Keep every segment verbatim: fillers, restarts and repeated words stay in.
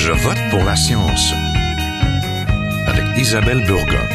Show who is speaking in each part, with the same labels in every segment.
Speaker 1: Je vote pour la science avec Isabelle Burgon.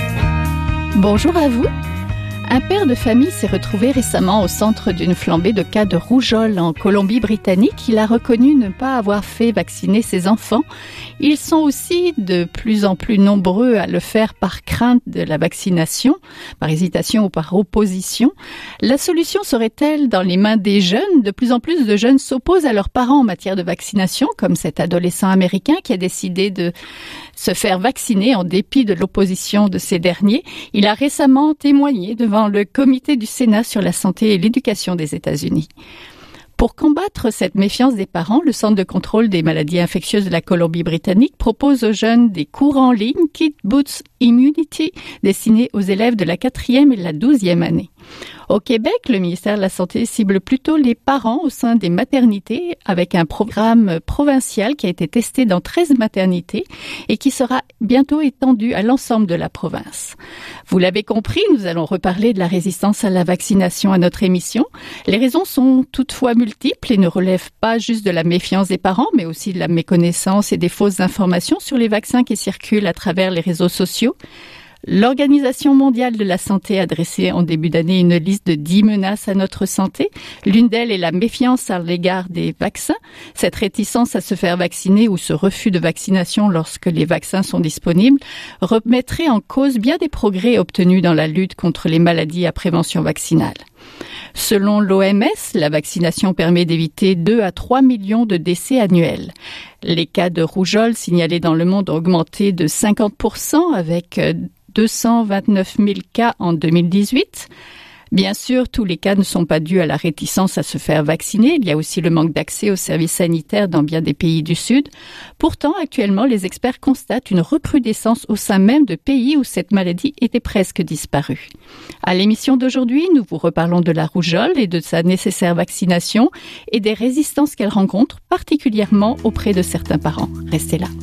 Speaker 2: Bonjour à vous. Un père de famille s'est retrouvé récemment au centre d'une flambée de cas de rougeole en Colombie-Britannique. Il a reconnu ne pas avoir fait vacciner ses enfants. Ils sont aussi de plus en plus nombreux à le faire par crainte de la vaccination, par hésitation ou par opposition. La solution serait-elle dans les mains des jeunes? De plus en plus de jeunes s'opposent à leurs parents en matière de vaccination, comme cet adolescent américain qui a décidé de se faire vacciner en dépit de l'opposition de ces derniers. Il a récemment témoigné devant le comité du Sénat sur la santé et l'éducation des États-Unis. Pour combattre cette méfiance des parents, le Centre de contrôle des maladies infectieuses de la Colombie-Britannique propose aux jeunes des cours en ligne Kid Boots Immunity destinés aux élèves de la quatrième et la douzième année. Au Québec, le ministère de la Santé cible plutôt les parents au sein des maternités avec un programme provincial qui a été testé dans treize maternités et qui sera bientôt étendu à l'ensemble de la province. Vous l'avez compris, nous allons reparler de la résistance à la vaccination à notre émission. Les raisons sont toutefois multiples et ne relèvent pas juste de la méfiance des parents, mais aussi de la méconnaissance et des fausses informations sur les vaccins qui circulent à travers les réseaux sociaux. L'Organisation mondiale de la santé a dressé en début d'année une liste de dix menaces à notre santé. L'une d'elles est la méfiance à l'égard des vaccins. Cette réticence à se faire vacciner ou ce refus de vaccination lorsque les vaccins sont disponibles remettrait en cause bien des progrès obtenus dans la lutte contre les maladies à prévention vaccinale. Selon l'O M S, la vaccination permet d'éviter deux à trois millions de décès annuels. Les cas de rougeole signalés dans le monde ont augmenté de cinquante pour cent avec deux cent vingt-neuf mille cas en deux mille dix-huit. Bien sûr, tous les cas ne sont pas dus à la réticence à se faire vacciner. Il y a aussi le manque d'accès aux services sanitaires dans bien des pays du Sud. Pourtant, actuellement, les experts constatent une recrudescence au sein même de pays où cette maladie était presque disparue. À l'émission d'aujourd'hui, nous vous reparlons de la rougeole et de sa nécessaire vaccination et des résistances qu'elle rencontre, particulièrement auprès de certains parents. Restez là.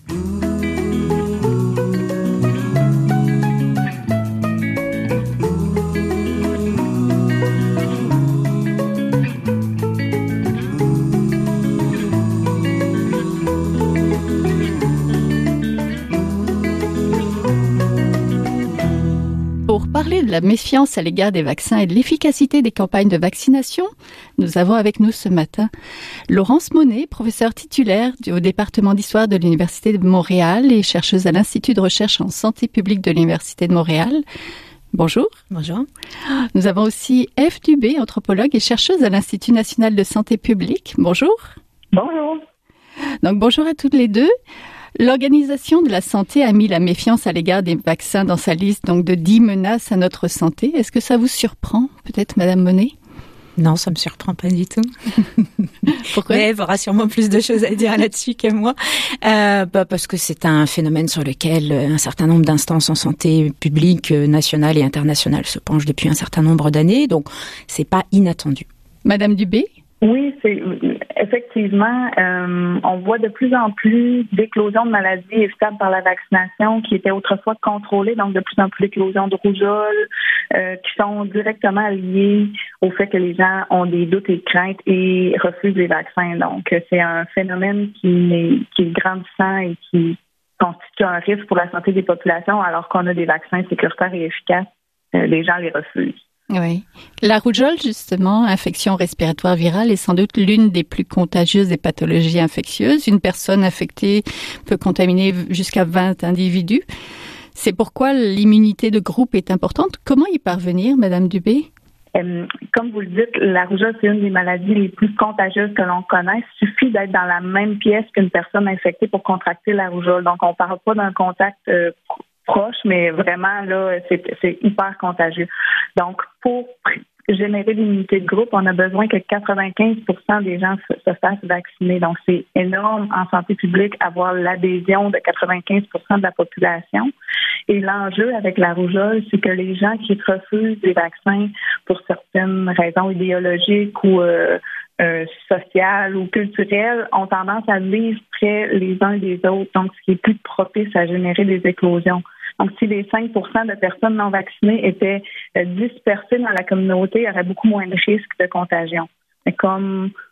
Speaker 2: Pour parler de la méfiance à l'égard des vaccins et de l'efficacité des campagnes de vaccination, nous avons avec nous ce matin Laurence Monet, professeure titulaire au département d'histoire de l'Université de Montréal et chercheuse à l'Institut de recherche en santé publique de l'Université de Montréal. Bonjour.
Speaker 3: Bonjour.
Speaker 2: Nous avons aussi Ève Dubé, anthropologue et chercheuse à l'Institut national de santé publique. Bonjour.
Speaker 4: Bonjour.
Speaker 2: Donc bonjour à toutes les deux. L'Organisation de la santé a mis la méfiance à l'égard des vaccins dans sa liste donc de dix menaces à notre santé. Est-ce que ça vous surprend, peut-être, Madame Monet?
Speaker 3: Non, ça me surprend pas du tout.
Speaker 2: Pourquoi?
Speaker 3: Mais Ève aura sûrement plus de choses à dire là-dessus que moi. Euh, bah parce que c'est un phénomène sur lequel un certain nombre d'instances en santé publique, nationale et internationale se penchent depuis un certain nombre d'années. Donc, c'est pas inattendu.
Speaker 2: Madame Dubé?
Speaker 4: Oui, c'est effectivement, euh, on voit de plus en plus d'éclosions de maladies évitables par la vaccination qui étaient autrefois contrôlées, donc de plus en plus d'éclosions de rougeole euh, qui sont directement liées au fait que les gens ont des doutes et craintes et refusent les vaccins. Donc, c'est un phénomène qui est, qui est grandissant et qui constitue un risque pour la santé des populations alors qu'on a des vaccins sécuritaires et efficaces. Euh, les gens les refusent.
Speaker 2: Oui. La rougeole, justement, infection respiratoire virale, est sans doute l'une des plus contagieuses des pathologies infectieuses. Une personne infectée peut contaminer jusqu'à vingt individus. C'est pourquoi l'immunité de groupe est importante. Comment y parvenir, Madame Dubé?
Speaker 4: Euh, comme vous le dites, la rougeole, c'est une des maladies les plus contagieuses que l'on connaisse. Il suffit d'être dans la même pièce qu'une personne infectée pour contracter la rougeole. Donc, on ne parle pas d'un contact euh, proche, mais vraiment, là, c'est, c'est hyper contagieux. Donc, pour générer l'immunité de groupe, on a besoin que quatre-vingt-quinze pour cent des gens se, se fassent vacciner. Donc, c'est énorme en santé publique avoir l'adhésion de quatre-vingt-quinze pour cent de la population. Et l'enjeu avec la rougeole, c'est que les gens qui refusent des vaccins pour certaines raisons idéologiques ou euh, euh, sociales ou culturelles ont tendance à vivre près les uns des autres, donc ce qui est plus propice à générer des éclosions. Donc, si les cinq pour cent de personnes non vaccinées étaient euh, dispersées dans la communauté, il y aurait beaucoup moins de risques de contagion. Mais comme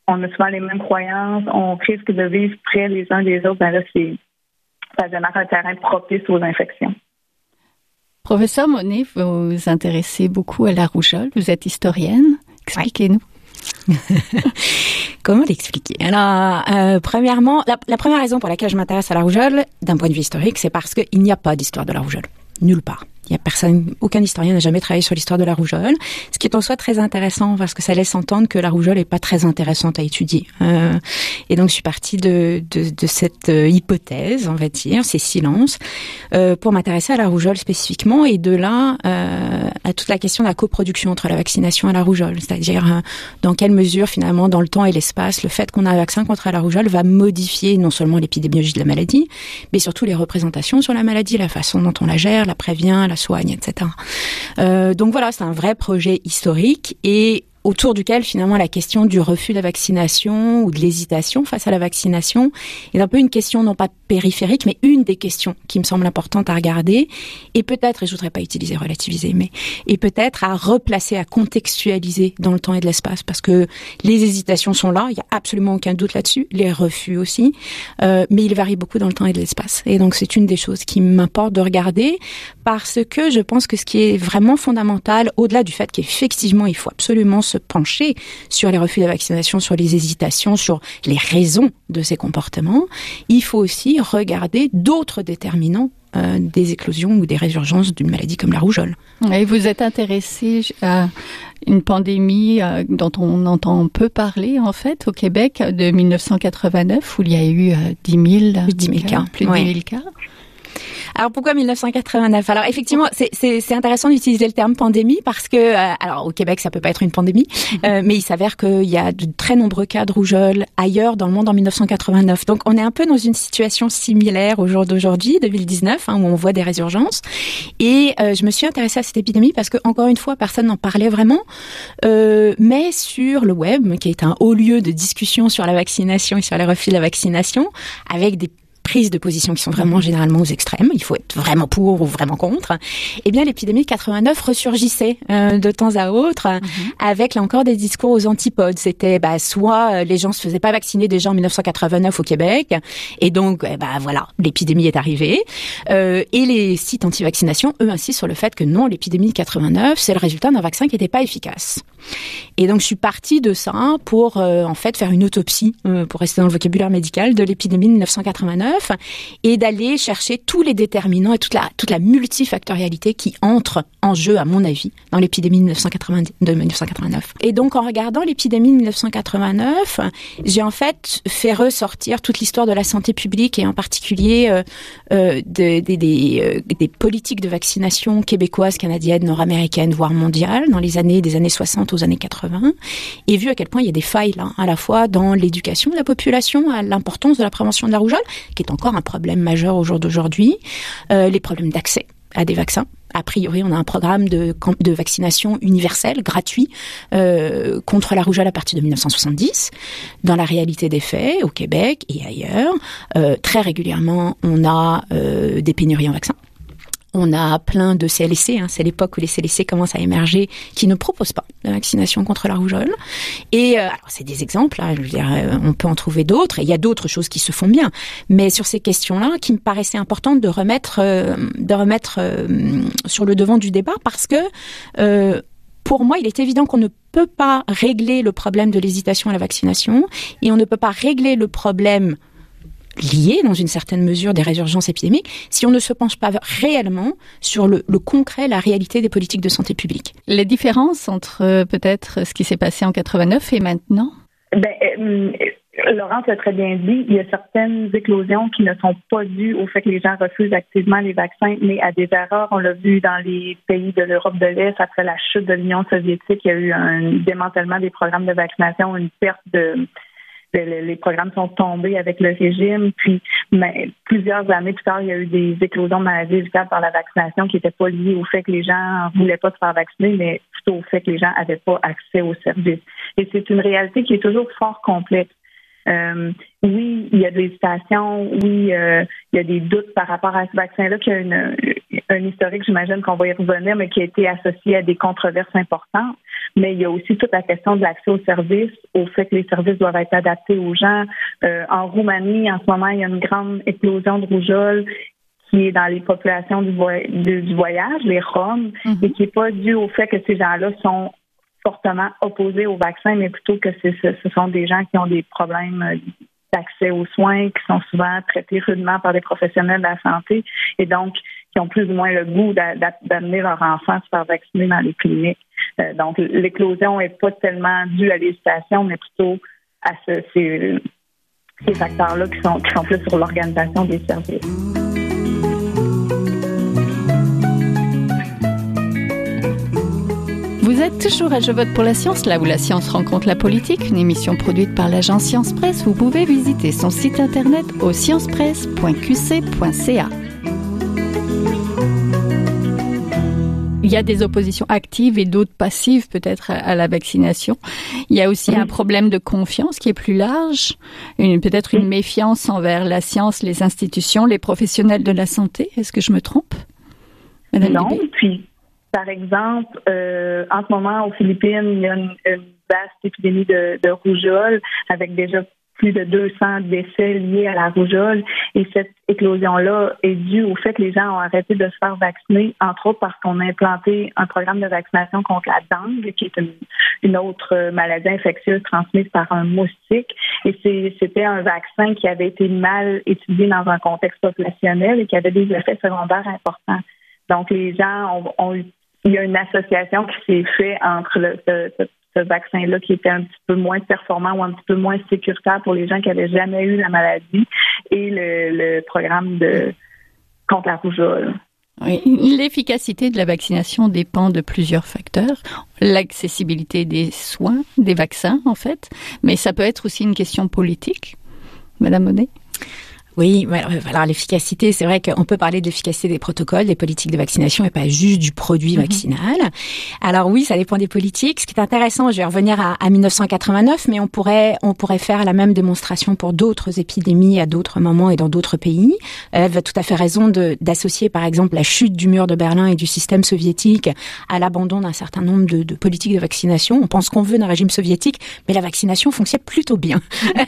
Speaker 4: on a souvent les mêmes croyances, on risque de vivre près les uns des autres, ben là, c'est, ça génère un terrain propice aux infections.
Speaker 2: Professeur Monet, vous vous intéressez beaucoup à la rougeole, vous êtes historienne, expliquez-nous.
Speaker 3: Ouais. Comment l'expliquer? Alors, euh, premièrement, la, la première raison pour laquelle je m'intéresse à la rougeole, d'un point de vue historique, c'est parce qu'il n'y a pas d'histoire de la rougeole. Nulle part. Il y a personne, aucun historien n'a jamais travaillé sur l'histoire de la rougeole, ce qui est en soi très intéressant parce que ça laisse entendre que la rougeole est pas très intéressante à étudier. Euh, et donc je suis partie de, de, de cette hypothèse, on va dire, ces silences, euh, pour m'intéresser à la rougeole spécifiquement et de là euh, à toute la question de la coproduction entre la vaccination et la rougeole, c'est-à-dire euh, dans quelle mesure finalement dans le temps et l'espace, le fait qu'on a un vaccin contre la rougeole va modifier non seulement l'épidémiologie de la maladie, mais surtout les représentations sur la maladie, la façon dont on la gère, la prévient, la soigne, et cetera. Euh, donc voilà, c'est un vrai projet historique et autour duquel finalement la question du refus de la vaccination ou de l'hésitation face à la vaccination est un peu une question non pas périphérique, mais une des questions qui me semble importante à regarder et peut-être, et je voudrais pas utiliser relativiser, mais et peut-être à replacer, à contextualiser dans le temps et de l'espace, parce que les hésitations sont là, il y a absolument aucun doute là-dessus, les refus aussi, euh, mais ils varient beaucoup dans le temps et de l'espace. Et donc c'est une des choses qui m'importe de regarder, parce que je pense que ce qui est vraiment fondamental, au-delà du fait qu'effectivement il faut absolument se pencher sur les refus de la vaccination, sur les hésitations, sur les raisons de ces comportements, il faut aussi regarder d'autres déterminants euh, des éclosions ou des résurgences d'une maladie comme la rougeole.
Speaker 2: Et vous êtes intéressé à une pandémie euh, dont on entend peu parler, en fait, au Québec, de dix-neuf cent quatre-vingt-neuf, où il y a eu euh, dix mille,
Speaker 3: plus de dix mille cas.
Speaker 2: Plus de
Speaker 3: ouais.
Speaker 2: dix mille cas.
Speaker 3: Alors pourquoi dix-neuf cent quatre-vingt-neuf? Alors effectivement, c'est, c'est, c'est intéressant d'utiliser le terme pandémie parce que, euh, alors au Québec, ça peut pas être une pandémie, euh, mais il s'avère qu'il y a de très nombreux cas de rougeole ailleurs dans le monde en dix-neuf cent quatre-vingt-neuf. Donc on est un peu dans une situation similaire au jour d'aujourd'hui, deux mille dix-neuf, hein, où on voit des résurgences. Et euh, je me suis intéressée à cette épidémie parce que, encore une fois, personne n'en parlait vraiment. Euh, mais sur le web, qui est un haut lieu de discussion sur la vaccination et sur les refus de la vaccination, avec des prises de position qui sont vraiment généralement aux extrêmes, il faut être vraiment pour ou vraiment contre, eh bien l'épidémie de quatre-vingt-neuf ressurgissait euh, de temps à autre mm-hmm. avec là encore des discours aux antipodes. C'était bah soit euh, les gens se faisaient pas vacciner déjà en dix-neuf cent quatre-vingt-neuf au Québec et donc eh bah voilà, l'épidémie est arrivée. Euh, et les sites anti-vaccination, eux, insistent sur le fait que non, l'épidémie de quatre-vingt-neuf, c'est le résultat d'un vaccin qui n'était pas efficace. Et donc je suis partie de ça pour euh, en fait faire une autopsie, euh, pour rester dans le vocabulaire médical, de l'épidémie de dix-neuf cent quatre-vingt-neuf et d'aller chercher tous les déterminants et toute la toute la multifactorialité qui entre en jeu, à mon avis, dans l'épidémie de dix-neuf cent quatre-vingt-neuf. Et donc en regardant l'épidémie de dix-neuf cent quatre-vingt-neuf, j'ai en fait fait ressortir toute l'histoire de la santé publique et en particulier euh, euh, de, de, des, euh, des politiques de vaccination québécoises, canadiennes, nord-américaines, voire mondiales, dans les années des années soixante aux années quatre-vingts, et vu à quel point il y a des failles là, à la fois dans l'éducation de la population, à l'importance de la prévention de la rougeole, qui est encore un problème majeur au jour d'aujourd'hui, euh, les problèmes d'accès à des vaccins. A priori, on a un programme de, de vaccination universel, gratuit, euh, contre la rougeole à partir de dix-neuf cent soixante-dix. Dans la réalité des faits, au Québec et ailleurs, euh, très régulièrement, on a euh, des pénuries en vaccins. On a plein de C L C, hein, c'est l'époque où les C L C commencent à émerger, qui ne proposent pas la vaccination contre la rougeole. Et euh, alors c'est des exemples, hein, je veux dire, euh, on peut en trouver d'autres, et il y a d'autres choses qui se font bien. Mais sur ces questions-là, qui me paraissaient importantes de remettre, euh, de remettre euh, sur le devant du débat, parce que euh, pour moi, il est évident qu'on ne peut pas régler le problème de l'hésitation à la vaccination, et on ne peut pas régler le problème lié, dans une certaine mesure, des résurgences épidémiques, si on ne se penche pas réellement sur le, le concret, la réalité des politiques de santé publique.
Speaker 2: Les différences entre euh, peut-être ce qui s'est passé en quatre-vingt-neuf et maintenant? Ben,
Speaker 4: euh, Laurence l'a très bien dit, il y a certaines éclosions qui ne sont pas dues au fait que les gens refusent activement les vaccins, mais à des erreurs. On l'a vu dans les pays de l'Europe de l'Est, après la chute de l'Union soviétique, il y a eu un démantèlement des programmes de vaccination, une perte de... Les programmes sont tombés avec le régime, puis mais, plusieurs années plus tard, il y a eu des éclosions de maladies évitables par la vaccination qui n'étaient pas liées au fait que les gens ne voulaient pas se faire vacciner, mais plutôt au fait que les gens n'avaient pas accès aux services. Et c'est une réalité qui est toujours fort complexe. Euh, oui, il y a de l'hésitation, oui, euh, il y a des doutes par rapport à ce vaccin-là, qui a une, un historique, j'imagine qu'on va y revenir, mais qui a été associé à des controverses importantes. Mais il y a aussi toute la question de l'accès aux services, au fait que les services doivent être adaptés aux gens. Euh, en Roumanie, en ce moment, il y a une grande éclosion de rougeole qui est dans les populations du, voy- du, du voyage, les Roms, mm-hmm. et qui n'est pas due au fait que ces gens-là sont fortement opposés au vaccin, mais plutôt que c'est, ce, ce sont des gens qui ont des problèmes d'accès aux soins, qui sont souvent traités rudement par des professionnels de la santé, et donc qui ont plus ou moins le goût d'a, d'a, d'amener leurs enfants à se faire vacciner dans les cliniques. Euh, donc, l'éclosion n'est pas tellement due à l'hésitation, mais plutôt à ce, ces, ces facteurs-là qui sont, qui sont plus sur l'organisation des services.
Speaker 2: Vous êtes toujours à Je vote pour la science, là où la science rencontre la politique, une émission produite par l'agence Science Presse. Vous pouvez visiter son site internet au science presse point q c point c a. Il y a des oppositions actives et d'autres passives peut-être à la vaccination. Il y a aussi un problème de confiance qui est plus large, une, peut-être une méfiance envers la science, les institutions, les professionnels de la santé. Est-ce que je me trompe, Madame
Speaker 4: Non,
Speaker 2: Dubé?
Speaker 4: Puis, par exemple, euh, en ce moment, aux Philippines, il y a une, une vaste épidémie de, de rougeole avec déjà plus de deux cents décès liés à la rougeole. Et cette éclosion-là est due au fait que les gens ont arrêté de se faire vacciner, entre autres parce qu'on a implanté un programme de vaccination contre la dengue, qui est une, une autre maladie infectieuse transmise par un moustique. Et c'est, c'était un vaccin qui avait été mal étudié dans un contexte populationnel et qui avait des effets secondaires importants. Donc, les gens ont, ont eu il y a une association qui s'est faite entre le, ce, ce, ce vaccin-là qui était un petit peu moins performant ou un petit peu moins sécuritaire pour les gens qui n'avaient jamais eu la maladie et le, le programme de contre la rougeole.
Speaker 2: Oui, l'efficacité de la vaccination dépend de plusieurs facteurs. L'accessibilité des soins, des vaccins en fait, mais ça peut être aussi une question politique. Madame Monet?
Speaker 3: Oui, alors l'efficacité, c'est vrai qu'on peut parler de l'efficacité des protocoles, des politiques de vaccination et pas juste du produit mmh. vaccinal. Alors oui, ça dépend des politiques. Ce qui est intéressant, je vais revenir à, à dix-neuf cent quatre-vingt-neuf, mais on pourrait on pourrait faire la même démonstration pour d'autres épidémies à d'autres moments et dans d'autres pays. Elle a tout à fait raison de, d'associer par exemple la chute du mur de Berlin et du système soviétique à l'abandon d'un certain nombre de, de politiques de vaccination. On pense qu'on veut d'un régime soviétique, mais la vaccination fonctionne plutôt bien.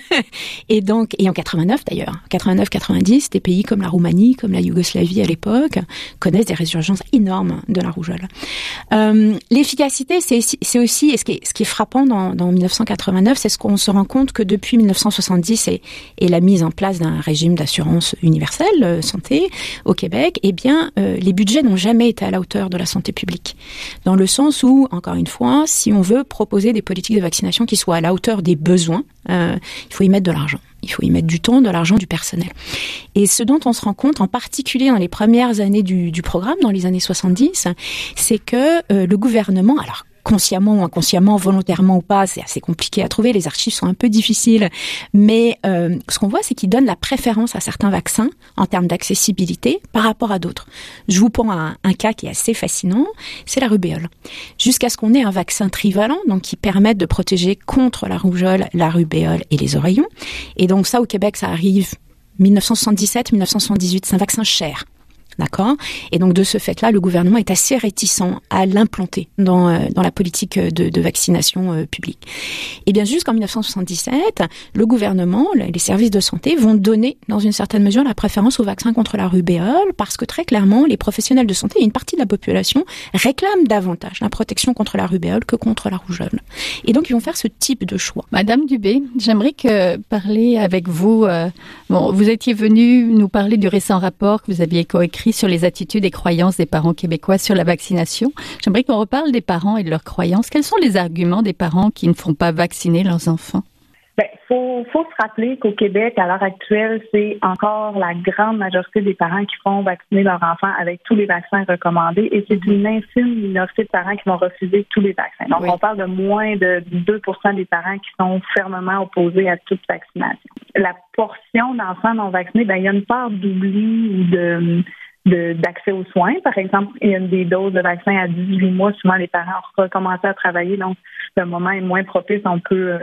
Speaker 3: et donc, et en quatre-vingt-neuf d'ailleurs, quatre-vingt-neuf quatre-vingt-dix, des pays comme la Roumanie, comme la Yougoslavie à l'époque, connaissent des résurgences énormes de la rougeole. Euh, l'efficacité, c'est, c'est aussi, et ce qui est, ce qui est frappant dans, dans dix-neuf cent quatre-vingt-neuf, c'est ce qu'on se rend compte que depuis dix-neuf cent soixante-dix et, et la mise en place d'un régime d'assurance universelle euh, santé au Québec, eh bien, euh, les budgets n'ont jamais été à la hauteur de la santé publique. Dans le sens où, encore une fois, si on veut proposer des politiques de vaccination qui soient à la hauteur des besoins, euh, il faut y mettre de l'argent. Il faut y mettre du temps, de l'argent, du personnel. Et ce dont on se rend compte, en particulier dans les premières années du, du programme, dans les années soixante-dix, c'est que euh, le gouvernement, alors consciemment ou inconsciemment, volontairement ou pas, c'est assez compliqué à trouver, les archives sont un peu difficiles, mais euh, ce qu'on voit, c'est qu'ils donnent la préférence à certains vaccins en termes d'accessibilité par rapport à d'autres. Je vous prends un, un cas qui est assez fascinant, c'est la rubéole. Jusqu'à ce qu'on ait un vaccin trivalent, donc qui permette de protéger contre la rougeole, la rubéole et les oreillons. Et donc ça, au Québec, ça arrive dix-neuf cent soixante-dix-sept dix-neuf cent soixante-dix-huit, c'est un vaccin cher. D'accord ? Et donc, de ce fait-là, le gouvernement est assez réticent à l'implanter dans, euh, dans la politique de, de vaccination euh, publique. Et bien, jusqu'en dix-neuf cent soixante-dix-sept, le gouvernement, les services de santé vont donner, dans une certaine mesure, la préférence au vaccin contre la rubéole parce que, très clairement, les professionnels de santé et une partie de la population réclament davantage la protection contre la rubéole que contre la rougeole. Et donc, ils vont faire ce type de choix.
Speaker 2: Madame Dubé, j'aimerais que parler avec vous. Euh, bon, vous étiez venue nous parler du récent rapport que vous aviez coécrit sur les attitudes et croyances des parents québécois sur la vaccination. J'aimerais qu'on reparle des parents et de leurs croyances. Quels sont les arguments des parents qui ne font pas vacciner leurs enfants?
Speaker 4: Ben, faut, faut se rappeler qu'au Québec, à l'heure actuelle, c'est encore la grande majorité des parents qui font vacciner leurs enfants avec tous les vaccins recommandés et c'est une infime minorité de parents qui vont refuser tous les vaccins. Donc, oui. On parle de moins de deux pour cent des parents qui sont fermement opposés à toute vaccination. La portion d'enfants non vaccinés, ben, il y a une part d'oubli ou de... De, d'accès aux soins. Par exemple, il y a une des doses de vaccin à dix-huit mois. Souvent, les parents ont recommencé à travailler, donc le moment est moins propice. On peut, euh,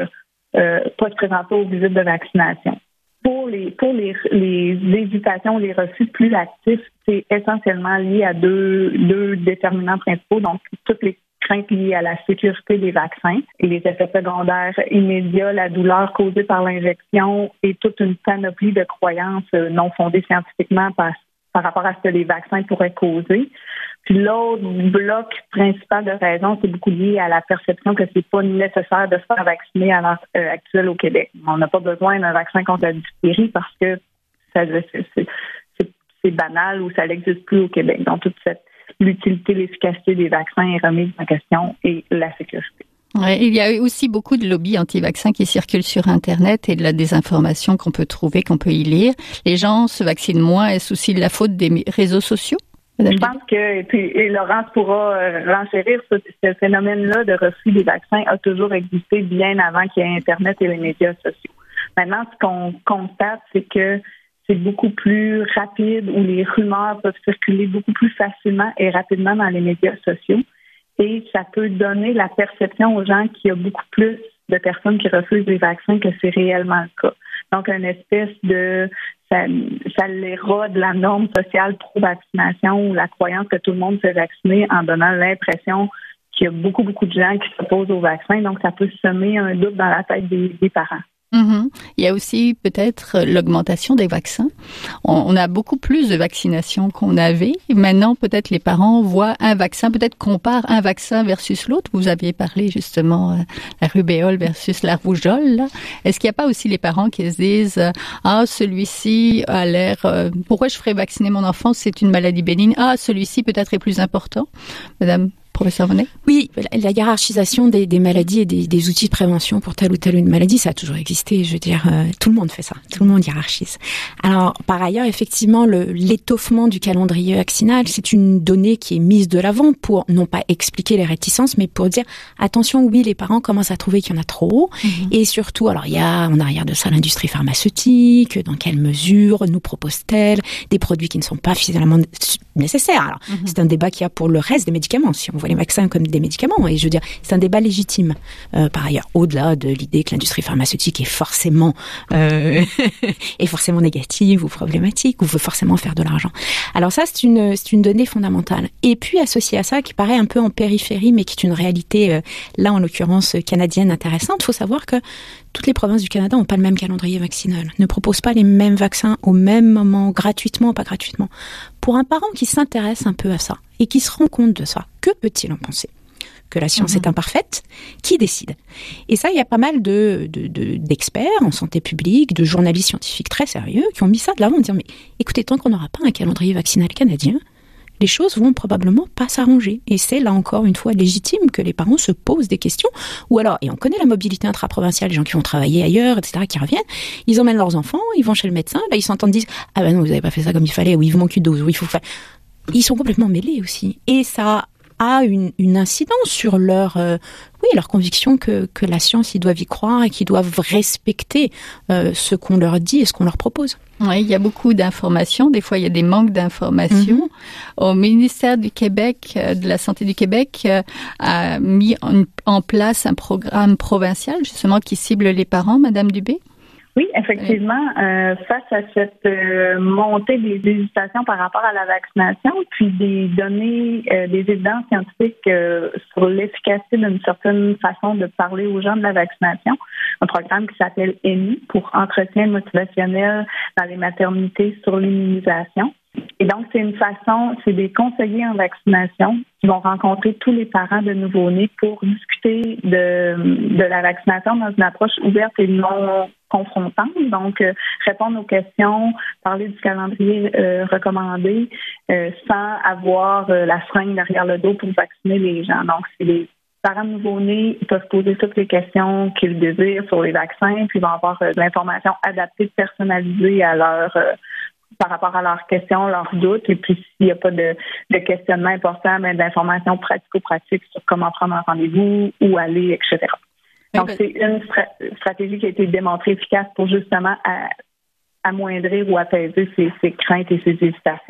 Speaker 4: euh, pas se présenter aux visites de vaccination. Pour les pour les, les hésitations, les refus plus actifs, c'est essentiellement lié à deux, deux déterminants principaux, donc toutes les craintes liées à la sécurité des vaccins et les effets secondaires immédiats, la douleur causée par l'injection et toute une panoplie de croyances non fondées scientifiquement par, par rapport à ce que les vaccins pourraient causer. Puis l'autre bloc principal de raison, c'est beaucoup lié à la perception que c'est pas nécessaire de se faire vacciner à l'heure euh, actuelle au Québec. On n'a pas besoin d'un vaccin contre la diphtérie parce que ça, c'est, c'est, c'est, c'est banal ou ça n'existe plus au Québec. Donc, toute cette l'utilité, l'efficacité des vaccins est remise en question et la sécurité.
Speaker 2: Ouais, il y a aussi beaucoup de lobbies anti-vaccins qui circulent sur Internet et de la désinformation qu'on peut trouver, qu'on peut y lire. Les gens se vaccinent moins. Est-ce aussi de la faute des réseaux sociaux?
Speaker 4: Je pense que, et puis et Laurence pourra euh, renchérir, ce, ce phénomène-là de refus des vaccins a toujours existé bien avant qu'il y ait Internet et les médias sociaux. Maintenant, ce qu'on constate, c'est que c'est beaucoup plus rapide, où les rumeurs peuvent circuler beaucoup plus facilement et rapidement dans les médias sociaux. Et ça peut donner la perception aux gens qu'il y a beaucoup plus de personnes qui refusent les vaccins que c'est réellement le cas. Donc, une espèce de... Ça, ça l'érode la norme sociale pro-vaccination ou la croyance que tout le monde se fait vacciner en donnant l'impression qu'il y a beaucoup, beaucoup de gens qui s'opposent au vaccin. Donc, ça peut semer un doute dans la tête des, des parents.
Speaker 2: Mmh. Il y a aussi peut-être l'augmentation des vaccins. On, on a beaucoup plus de vaccinations qu'on avait. Maintenant, peut-être les parents voient un vaccin, peut-être comparent un vaccin versus l'autre. Vous aviez parlé justement euh, la rubéole versus la rougeole. Là. Est-ce qu'il n'y a pas aussi les parents qui se disent euh, ah celui-ci a l'air euh, pourquoi je ferais vacciner mon enfant, c'est une maladie bénigne. Ah celui-ci peut-être est plus important, Madame Professeur Vonnet?
Speaker 3: Oui, la hiérarchisation des, des maladies et des, des outils de prévention pour telle ou telle une maladie, ça a toujours existé. Je veux dire, euh, tout le monde fait ça. Tout le monde hiérarchise. Alors, par ailleurs, effectivement, le, l'étoffement du calendrier vaccinal, c'est une donnée qui est mise de l'avant pour non pas expliquer les réticences, mais pour dire attention, oui, les parents commencent à trouver qu'il y en a trop. Mmh. Et surtout, alors il y a en arrière de ça l'industrie pharmaceutique. Dans quelle mesure nous propose-t-elle des produits qui ne sont pas suffisamment nécessaires? Alors, mmh. c'est un débat qu'il y a pour le reste des médicaments. Si on voit les vaccins comme des médicaments, et je veux dire, c'est un débat légitime. Euh, par ailleurs, au-delà de l'idée que l'industrie pharmaceutique est forcément euh, est forcément négative ou problématique ou veut forcément faire de l'argent. Alors ça, c'est une c'est une donnée fondamentale. Et puis associé à ça, qui paraît un peu en périphérie, mais qui est une réalité euh, là en l'occurrence canadienne intéressante. Il faut savoir que toutes les provinces du Canada n'ont pas le même calendrier vaccinal, ne proposent pas les mêmes vaccins au même moment, gratuitement ou pas gratuitement. Pour un parent qui s'intéresse un peu à ça et qui se rend compte de ça, que peut-il en penser? Que la science mmh. est imparfaite? Qui décide? Et ça, il y a pas mal de, de, de, d'experts en santé publique, de journalistes scientifiques très sérieux qui ont mis ça de l'avant en disant « Mais écoutez, tant qu'on n'aura pas un calendrier vaccinal canadien, les choses vont probablement pas s'arranger. » Et c'est là encore une fois légitime que les parents se posent des questions. Ou alors, et on connaît la mobilité intraprovinciale, les gens qui vont travailler ailleurs, et cetera, qui reviennent, ils emmènent leurs enfants, ils vont chez le médecin, là ils s'entendent, disent « Ah ben non, vous avez pas fait ça comme il fallait, ou il vous manque une dose, ou il faut faire... » Ils sont complètement mêlés aussi. Et ça a une, une incidence sur leur, euh, oui, leur conviction que, que la science, ils doivent y croire et qu'ils doivent respecter euh, ce qu'on leur dit et ce qu'on leur propose.
Speaker 2: Oui, il y a beaucoup d'informations. Des fois, il y a des manques d'informations. Mm-hmm. Au ministère du Québec, de la Santé du Québec, euh, a mis en, en place un programme provincial, justement, qui cible les parents, Madame Dubé.
Speaker 4: Oui, effectivement, euh, face à cette euh, montée des hésitations par rapport à la vaccination, puis des données, euh, des évidences scientifiques euh, sur l'efficacité d'une certaine façon de parler aux gens de la vaccination, un programme qui s'appelle E M I pour entretien motivationnel dans les maternités sur l'immunisation. Et donc, c'est une façon, c'est des conseillers en vaccination qui vont rencontrer tous les parents de nouveau-nés pour discuter de, de la vaccination dans une approche ouverte et non confrontante. Donc, euh, répondre aux questions, parler du calendrier euh, recommandé euh, sans avoir euh, la seringue derrière le dos pour vacciner les gens. Donc, c'est les parents de nouveau-nés peuvent poser toutes les questions qu'ils désirent sur les vaccins, puis ils vont avoir euh, de l'information adaptée, personnalisée à leur... Euh, par rapport à leurs questions, leurs doutes, et puis s'il n'y a pas de, de questionnement important, mais d'informations pratico-pratiques sur comment prendre un rendez-vous, où aller, et cetera. Donc, c'est une stra- stratégie qui a été démontrée efficace pour justement à, amoindrir ou apaiser ces, ces craintes et ces hésitations-là.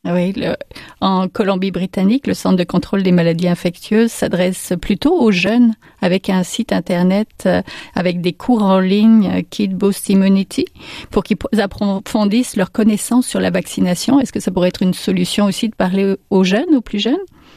Speaker 2: Oui, le, en Colombie-Britannique, le Centre de contrôle des maladies infectieuses s'adresse plutôt aux jeunes avec un site Internet, euh, avec des cours en ligne, euh, Kid Boost Immunity, pour qu'ils approfondissent leurs connaissances sur la vaccination. Est-ce que ça pourrait être une solution aussi de parler aux jeunes, aux plus jeunes?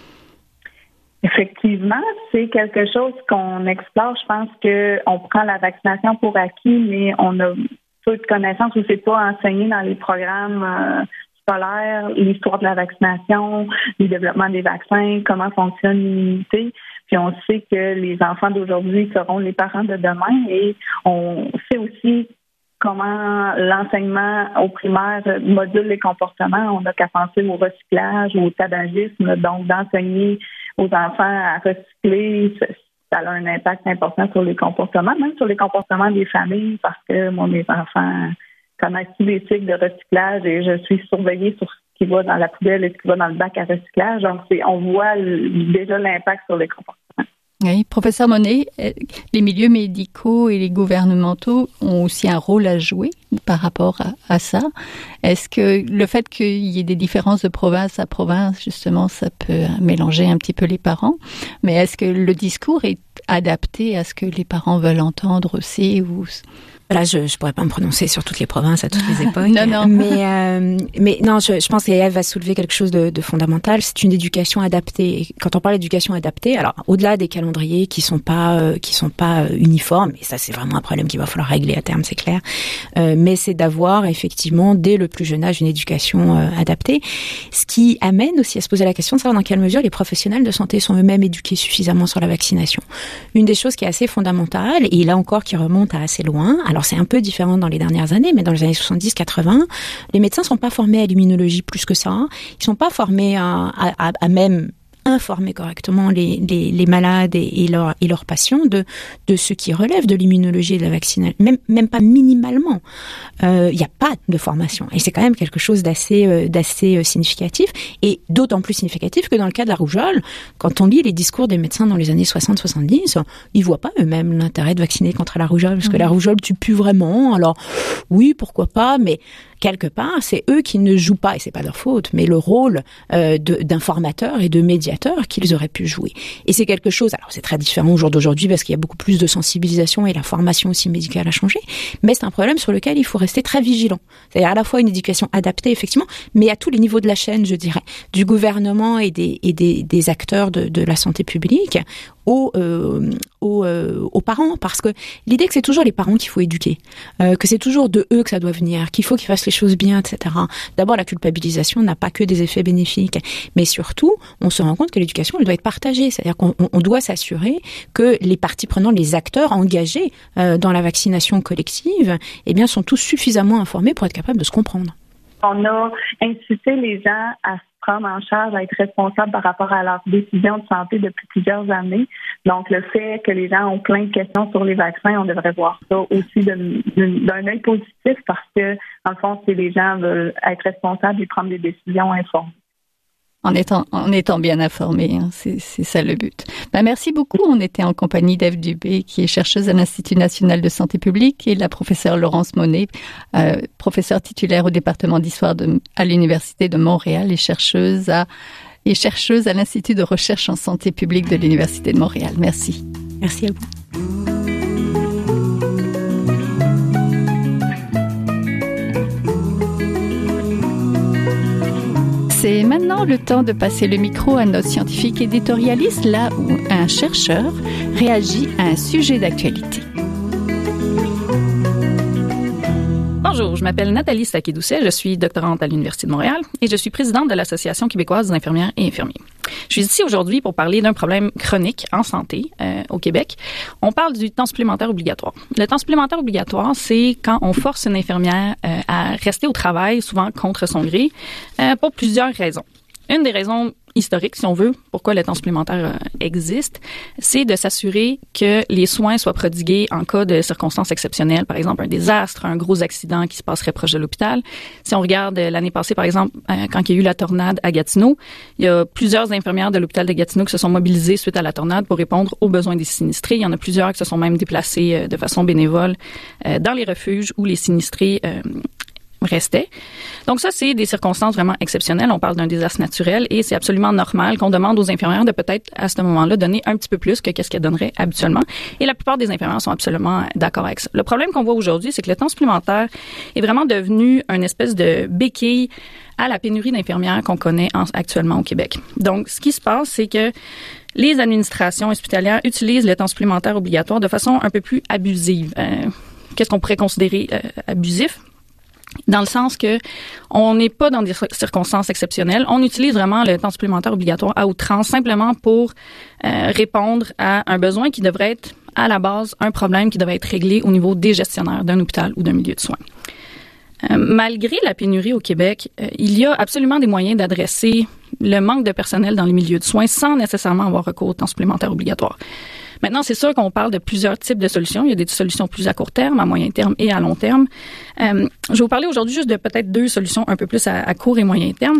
Speaker 4: Effectivement, c'est quelque chose qu'on explore. Je pense qu'on prend la vaccination pour acquis, mais on a peu de connaissances ou c'est pas enseigné dans les programmes euh, scolaires, l'histoire de la vaccination, le développement des vaccins, comment fonctionne l'immunité. Puis on sait que les enfants d'aujourd'hui seront les parents de demain et on sait aussi comment l'enseignement au primaire module les comportements. On n'a qu'à penser au recyclage, au tabagisme, donc d'enseigner aux enfants à recycler, ça a un impact important sur les comportements, même sur les comportements des familles, parce que moi, mes enfants connaissent tous les cycles de recyclage et je suis surveillée sur ce qui va dans la poubelle et ce qui va dans le bac à recyclage. Donc, c'est, on voit le, déjà l'impact sur les comportements.
Speaker 2: Oui, professeur Monet, les milieux médicaux et les gouvernementaux ont aussi un rôle à jouer par rapport à, à ça. Est-ce que le fait qu'il y ait des différences de province à province, justement, ça peut mélanger un petit peu les parents, mais est-ce que le discours est adapté à ce que les parents veulent entendre aussi ou...
Speaker 3: Là, je ne pourrais pas me prononcer sur toutes les provinces à toutes les époques.
Speaker 2: non, non.
Speaker 3: Mais, euh, mais non, je, je pense qu'Ève va soulever quelque chose de, de fondamental. C'est une éducation adaptée. Et quand on parle d'éducation adaptée, alors au-delà des calendriers qui sont pas euh, qui sont pas euh, uniformes, et ça c'est vraiment un problème qu'il va falloir régler à terme, c'est clair. Euh, mais c'est d'avoir effectivement dès le plus jeune âge une éducation euh, adaptée, ce qui amène aussi à se poser la question de savoir dans quelle mesure les professionnels de santé sont eux-mêmes éduqués suffisamment sur la vaccination. Une des choses qui est assez fondamentale et là encore qui remonte à assez loin. Alors c'est un peu différent dans les dernières années, mais dans les années soixante-dix quatre-vingts, les médecins sont pas formés à l'immunologie plus que ça. Ils sont pas formés à, à, à même informer correctement les, les, les malades et, et, leurs, et leurs patients de, de ce qui relève de l'immunologie et de la vaccination, même, même pas minimalement. Il euh, n'y a pas de formation. Et c'est quand même quelque chose d'assez, euh, d'assez euh, significatif, et d'autant plus significatif que dans le cas de la rougeole, quand on lit les discours des médecins dans les années soixante soixante-dix, ils voient pas eux-mêmes l'intérêt de vacciner contre la rougeole, parce que la rougeole tue plus vraiment. Alors, oui, pourquoi pas, mais quelque part, c'est eux qui ne jouent pas, et c'est pas leur faute, mais le rôle euh, de, d'informateurs et de médiateurs qu'ils auraient pu jouer. Et c'est quelque chose, alors c'est très différent au jour d'aujourd'hui parce qu'il y a beaucoup plus de sensibilisation et la formation aussi médicale a changé, mais c'est un problème sur lequel il faut rester très vigilant. C'est-à-dire à la fois une éducation adaptée, effectivement, mais à tous les niveaux de la chaîne, je dirais, du gouvernement et des, et des, des acteurs de, de la santé publique aux, euh, aux, euh, aux parents, parce que l'idée que c'est toujours les parents qu'il faut éduquer, euh, que c'est toujours de eux que ça doit venir, qu'il faut qu'ils fassent les choses bien, et cetera. D'abord, la culpabilisation n'a pas que des effets bénéfiques, mais surtout, on se rend compte que l'éducation, elle doit être partagée, c'est-à-dire qu'on on doit s'assurer que les parties prenantes, les acteurs engagés euh, dans la vaccination collective, eh bien, sont tous suffisamment informés pour être capables de se comprendre.
Speaker 4: On a incité les gens à se prendre en charge, à être responsables par rapport à leurs décisions de santé depuis plusieurs années. Donc, le fait que les gens ont plein de questions sur les vaccins, on devrait voir ça aussi de, de, d'un œil positif parce que, dans le fond, c'est les gens veulent être responsables et prendre des décisions informées.
Speaker 2: En étant, en étant bien informés, hein, c'est, c'est ça le but. Ben, merci beaucoup. On était en compagnie d'Ève Dubé, qui est chercheuse à l'Institut national de santé publique, et la professeure Laurence Monet, euh, professeure titulaire au département d'histoire de, à l'Université de Montréal et chercheuse à, et chercheuse à l'Institut de recherche en santé publique de l'Université de Montréal. Merci.
Speaker 3: Merci à vous.
Speaker 2: C'est maintenant le temps de passer le micro à notre scientifique éditorialiste, là où un chercheur réagit à un sujet d'actualité.
Speaker 5: Bonjour, je m'appelle Nathalie Saké-Doucet, je suis doctorante à l'Université de Montréal et je suis présidente de l'Association québécoise des infirmières et infirmiers. Je suis ici aujourd'hui pour parler d'un problème chronique en santé euh, au Québec. On parle du temps supplémentaire obligatoire. Le temps supplémentaire obligatoire, c'est quand on force une infirmière euh, à rester au travail, souvent contre son gré, euh, pour plusieurs raisons. Une des raisons historiques, si on veut, pourquoi le temps supplémentaire euh, existe, c'est de s'assurer que les soins soient prodigués en cas de circonstances exceptionnelles, par exemple un désastre, un gros accident qui se passerait proche de l'hôpital. Si on regarde euh, l'année passée, par exemple, euh, quand il y a eu la tornade à Gatineau, il y a plusieurs infirmières de l'hôpital de Gatineau qui se sont mobilisées suite à la tornade pour répondre aux besoins des sinistrés. Il y en a plusieurs qui se sont même déplacés euh, de façon bénévole euh, dans les refuges où les sinistrés euh, restait. Donc ça, c'est des circonstances vraiment exceptionnelles. On parle d'un désastre naturel et c'est absolument normal qu'on demande aux infirmières de peut-être, à ce moment-là, donner un petit peu plus que qu'est-ce qu'elles donneraient habituellement. Et la plupart des infirmières sont absolument d'accord avec ça. Le problème qu'on voit aujourd'hui, c'est que le temps supplémentaire est vraiment devenu une espèce de béquille à la pénurie d'infirmières qu'on connaît en, actuellement au Québec. Donc, ce qui se passe, c'est que les administrations hospitalières utilisent le temps supplémentaire obligatoire de façon un peu plus abusive. Euh, qu'est-ce qu'on pourrait considérer euh, abusif? Dans le sens que on n'est pas dans des circonstances exceptionnelles. On utilise vraiment le temps supplémentaire obligatoire à outrance simplement pour euh, répondre à un besoin qui devrait être à la base un problème qui devrait être réglé au niveau des gestionnaires d'un hôpital ou d'un milieu de soins. Euh, malgré la pénurie au Québec, euh, il y a absolument des moyens d'adresser le manque de personnel dans les milieux de soins sans nécessairement avoir recours au temps supplémentaire obligatoire. Maintenant, c'est sûr qu'on parle de plusieurs types de solutions. Il y a des solutions plus à court terme, à moyen terme et à long terme. Euh, je vais vous parler aujourd'hui juste de peut-être deux solutions un peu plus à, à court et moyen terme.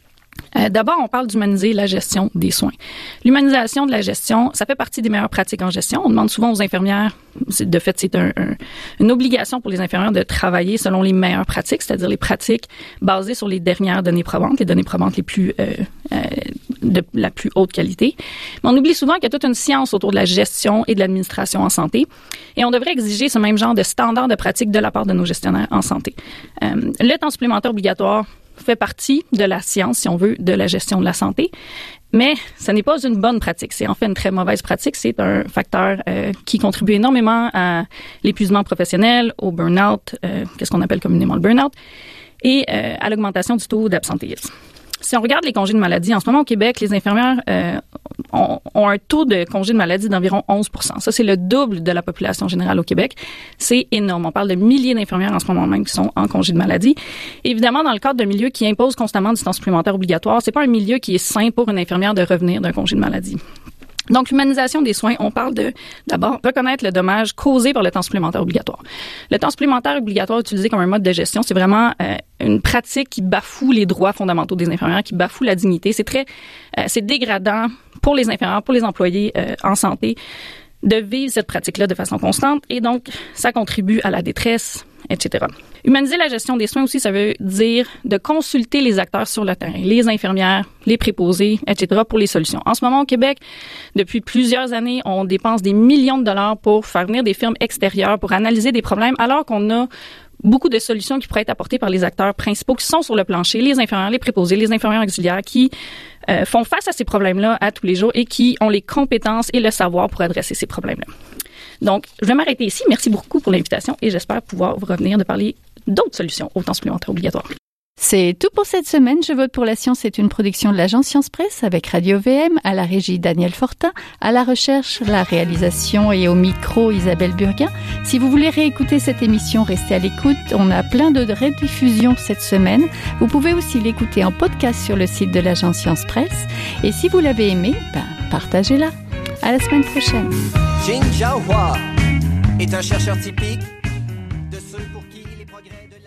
Speaker 5: Euh, d'abord, on parle d'humaniser la gestion des soins. L'humanisation de la gestion, ça fait partie des meilleures pratiques en gestion. On demande souvent aux infirmières, c'est, de fait, c'est un, un, une obligation pour les infirmières de travailler selon les meilleures pratiques, c'est-à-dire les pratiques basées sur les dernières données probantes, les données probantes les plus euh, euh, de la plus haute qualité. Mais on oublie souvent qu'il y a toute une science autour de la gestion et de l'administration en santé, et on devrait exiger ce même genre de standards de pratique de la part de nos gestionnaires en santé. Euh, le temps supplémentaire obligatoire fait partie de la science, si on veut, de la gestion de la santé. Mais ce n'est pas une bonne pratique. C'est en fait une très mauvaise pratique. C'est un facteur euh, qui contribue énormément à l'épuisement professionnel, au burn-out, euh, qu'est-ce qu'on appelle communément le burn-out, et euh, à l'augmentation du taux d'absentéisme. Si on regarde les congés de maladie, en ce moment au Québec, les infirmières euh, ont, ont un taux de congés de maladie d'environ onze pour cent. Ça, c'est le double de la population générale au Québec. C'est énorme. On parle de milliers d'infirmières en ce moment même qui sont en congé de maladie. Évidemment, dans le cadre d'un milieu qui impose constamment du temps supplémentaire obligatoire, c'est pas un milieu qui est sain pour une infirmière de revenir d'un congé de maladie. Donc, l'humanisation des soins, on parle de, d'abord, reconnaître le dommage causé par le temps supplémentaire obligatoire. Le temps supplémentaire obligatoire utilisé comme un mode de gestion, c'est vraiment euh, une pratique qui bafoue les droits fondamentaux des infirmières, qui bafoue la dignité. C'est très, euh, c'est dégradant pour les infirmières, pour les employés euh, en santé, de vivre cette pratique-là de façon constante, et donc, ça contribue à la détresse, et cetera. Humaniser la gestion des soins aussi, ça veut dire de consulter les acteurs sur le terrain, les infirmières, les préposés, et cetera, pour les solutions. En ce moment, au Québec, depuis plusieurs années, on dépense des millions de dollars pour faire venir des firmes extérieures pour analyser des problèmes, alors qu'on a beaucoup de solutions qui pourraient être apportées par les acteurs principaux qui sont sur le plancher, les infirmières, les préposés, les infirmières auxiliaires qui euh, font face à ces problèmes-là à tous les jours et qui ont les compétences et le savoir pour adresser ces problèmes-là. Donc, je vais m'arrêter ici. Merci beaucoup pour l'invitation et j'espère pouvoir vous revenir de parler d'autres solutions au temps supplémentaire obligatoire.
Speaker 2: C'est tout pour cette semaine. Je vote pour la science est une production de l'agence Science Presse avec Radio V M, à la régie Daniel Fortin, à la recherche, la réalisation et au micro Isabelle Burguin. Si vous voulez réécouter cette émission, restez à l'écoute. On a plein de rediffusions cette semaine. Vous pouvez aussi l'écouter en podcast sur le site de l'agence Science Presse. Et si vous l'avez aimé, ben, partagez-la. À la semaine prochaine.
Speaker 6: Jin Jiahua est un chercheur typique